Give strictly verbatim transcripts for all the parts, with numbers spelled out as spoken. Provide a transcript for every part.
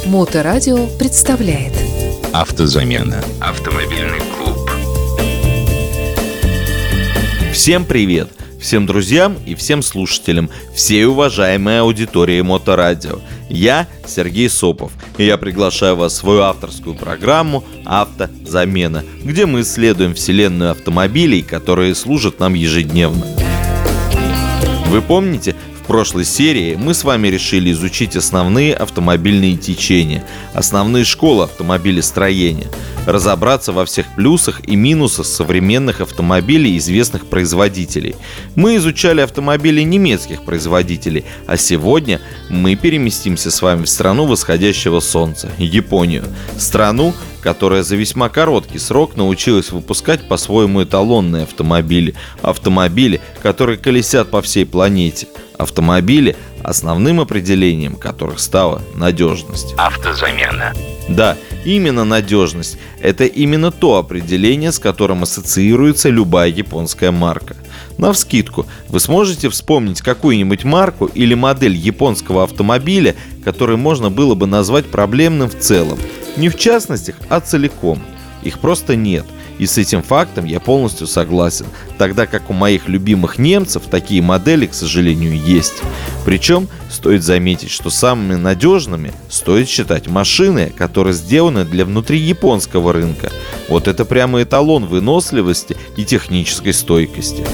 Моторадио представляет Автозамена. Автомобильный клуб. Всем привет! Всем друзьям и всем слушателям, всей уважаемой аудитории Моторадио. Я Сергей Сопов, и я приглашаю вас в свою авторскую программу «Автозамена», где мы исследуем вселенную автомобилей, которые служат нам ежедневно. Вы помните, в прошлой серии мы с вами решили изучить основные автомобильные течения, основные школы автомобилестроения, разобраться во всех плюсах и минусах современных автомобилей известных производителей. Мы изучали автомобили немецких производителей, а сегодня мы переместимся с вами в страну восходящего солнца – Японию. Страну, которая за весьма короткий срок научилась выпускать по-своему эталонные автомобили. Автомобили, которые колесят по всей планете. Автомобили, основным определением которых стала надежность. Автозамена. Да, именно надежность. Это именно то определение, с которым ассоциируется любая японская марка. Навскидку, вы сможете вспомнить какую-нибудь марку или модель японского автомобиля, который можно было бы назвать проблемным в целом? Не в частностях, а целиком. Их просто нет. И с этим фактом я полностью согласен, тогда как у моих любимых немцев такие модели, к сожалению, есть. Причем стоит заметить, что самыми надежными стоит считать машины, которые сделаны для внутрияпонского рынка. Вот это прямо эталон выносливости и технической стойкости.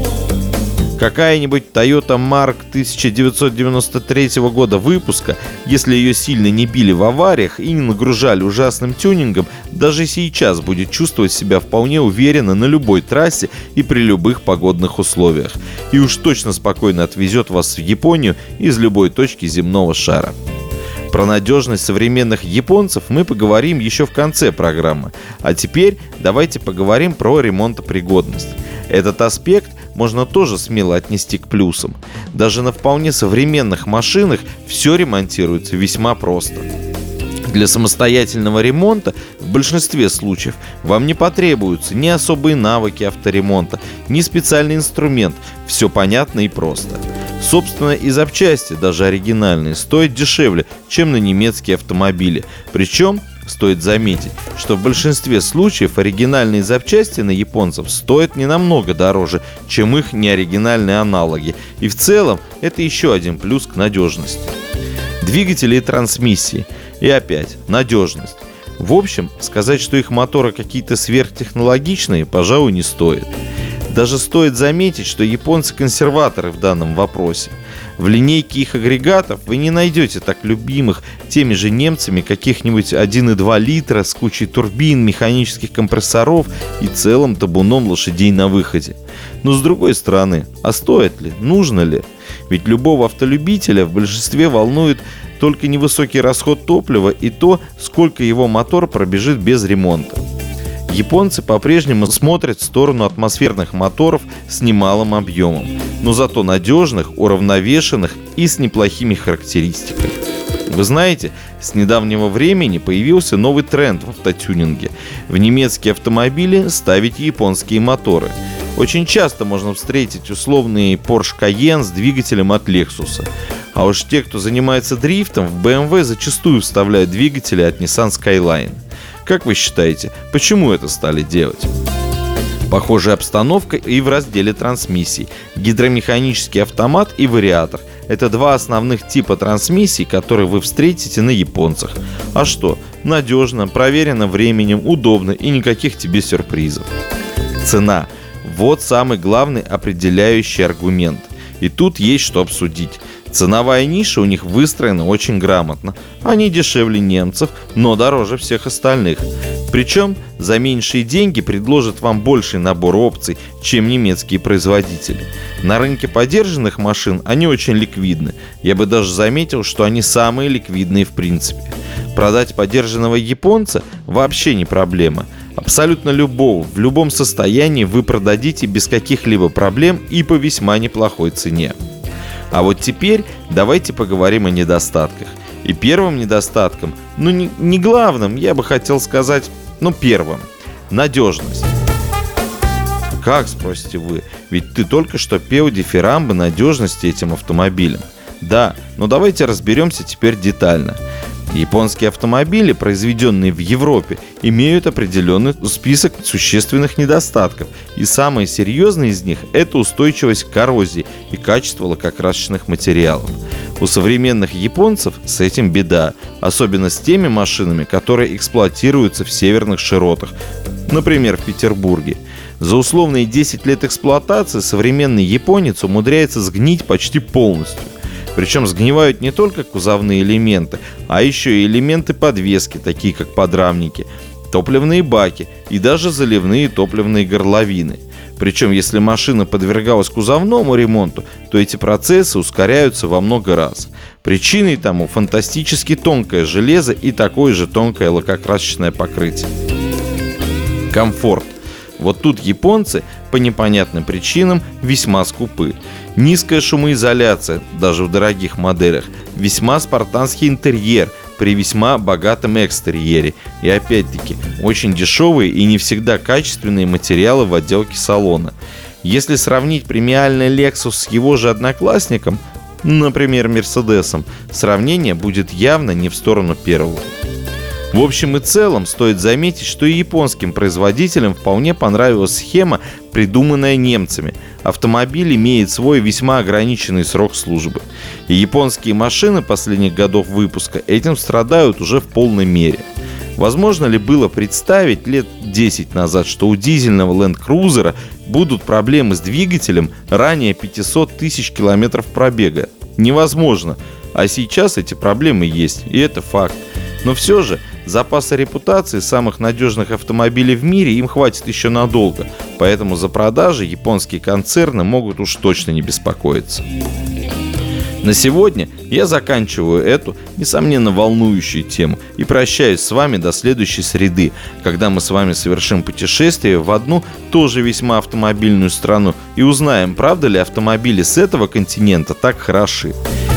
Какая-нибудь Toyota Mark тысяча девятьсот девяносто третьего года выпуска, если ее сильно не били в авариях и не нагружали ужасным тюнингом, даже сейчас будет чувствовать себя вполне уверенно на любой трассе и при любых погодных условиях. И уж точно спокойно отвезет вас в Японию из любой точки земного шара. Про надежность современных японцев мы поговорим еще в конце программы. А теперь давайте поговорим про ремонтопригодность. Этот аспект можно тоже смело отнести к плюсам. Даже на вполне современных машинах все ремонтируется весьма просто. Для самостоятельного ремонта в большинстве случаев вам не потребуются ни особые навыки авторемонта, ни специальный инструмент. Все понятно и просто. Собственно, и запчасти, даже оригинальные, стоят дешевле, чем на немецкие автомобили. Причем стоит заметить, что в большинстве случаев оригинальные запчасти на японцев стоят не намного дороже, чем их неоригинальные аналоги. И в целом это еще один плюс к надежности. Двигатели и трансмиссии. И опять, надежность. В общем, сказать, что их моторы какие-то сверхтехнологичные, пожалуй, не стоит. Даже стоит заметить, что японцы консерваторы в данном вопросе. В линейке их агрегатов вы не найдете так любимых теми же немцами каких-нибудь один и два литра с кучей турбин, механических компрессоров и целым табуном лошадей на выходе. Но с другой стороны, а стоит ли? Нужно ли? Ведь любого автолюбителя в большинстве волнует только невысокий расход топлива и то, сколько его мотор пробежит без ремонта. Японцы по-прежнему смотрят в сторону атмосферных моторов с немалым объемом, но зато надежных, уравновешенных и с неплохими характеристиками. Вы знаете, с недавнего времени появился новый тренд в автотюнинге. В немецкие автомобили ставить японские моторы. Очень часто можно встретить условный Porsche Cayenne с двигателем от Lexus. А уж те, кто занимается дрифтом, в бэ эм вэ зачастую вставляют двигатели от Nissan Skyline. Как вы считаете, почему это стали делать? Похожая обстановка и в разделе трансмиссий. Гидромеханический автомат и вариатор – это два основных типа трансмиссий, которые вы встретите на японцах. А что? Надежно, проверено временем, удобно и никаких тебе сюрпризов. Цена – вот самый главный определяющий аргумент. И тут есть что обсудить. Ценовая ниша у них выстроена очень грамотно. Они дешевле немцев, но дороже всех остальных. Причем за меньшие деньги предложат вам больший набор опций, чем немецкие производители. На рынке подержанных машин они очень ликвидны. Я бы даже заметил, что они самые ликвидные в принципе. Продать подержанного японца вообще не проблема. Абсолютно любого, в любом состоянии вы продадите без каких-либо проблем и по весьма неплохой цене. А вот теперь давайте поговорим о недостатках. И первым недостатком, ну не, не главным, я бы хотел сказать, ну первым – надежность. Как, спросите вы, ведь ты только что пел дифирамбы надежности этим автомобилем. Да, но давайте разберемся теперь детально. Японские автомобили, произведенные в Европе, имеют определенный список существенных недостатков, и самое серьезное из них – это устойчивость к коррозии и качество лакокрасочных материалов. У современных японцев с этим беда, особенно с теми машинами, которые эксплуатируются в северных широтах, например, в Петербурге. За условные десять лет эксплуатации современный японец умудряется сгнить почти полностью. Причем сгнивают не только кузовные элементы, а еще и элементы подвески, такие как подрамники, топливные баки и даже заливные топливные горловины. Причем, если машина подвергалась кузовному ремонту, то эти процессы ускоряются во много раз. Причиной тому фантастически тонкое железо и такое же тонкое лакокрасочное покрытие. Комфорт. Вот тут японцы по непонятным причинам весьма скупы. Низкая шумоизоляция, даже в дорогих моделях, весьма спартанский интерьер при весьма богатом экстерьере и, опять-таки, очень дешевые и не всегда качественные материалы в отделке салона. Если сравнить премиальный Lexus с его же одноклассником, например, Мерседесом, сравнение будет явно не в сторону первого. В общем и целом, стоит заметить, что и японским производителям вполне понравилась схема, придуманная немцами. Автомобиль имеет свой весьма ограниченный срок службы. И японские машины последних годов выпуска этим страдают уже в полной мере. Возможно ли было представить лет десять назад, что у дизельного Land Cruiser будут проблемы с двигателем ранее пятьсот тысяч километров пробега? Невозможно. А сейчас эти проблемы есть, и это факт. Но все же запаса репутации самых надежных автомобилей в мире им хватит еще надолго, поэтому за продажи японские концерны могут уж точно не беспокоиться. На сегодня я заканчиваю эту, несомненно, волнующую тему и прощаюсь с вами до следующей среды, когда мы с вами совершим путешествие в одну тоже весьма автомобильную страну и узнаем, правда ли автомобили с этого континента так хороши.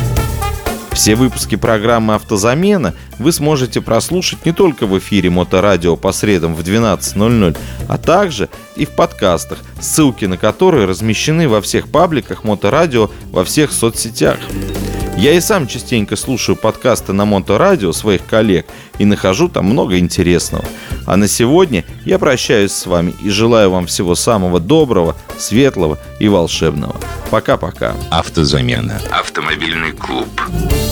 Все выпуски программы «Автозамена» вы сможете прослушать не только в эфире Моторадио по средам в двенадцать ноль ноль, а также и в подкастах, ссылки на которые размещены во всех пабликах Моторадио во всех соцсетях. Я и сам частенько слушаю подкасты на Моторадио своих коллег и нахожу там много интересного. А на сегодня я прощаюсь с вами и желаю вам всего самого доброго, светлого и волшебного. Пока-пока. Автозамена. Автомобильный клуб.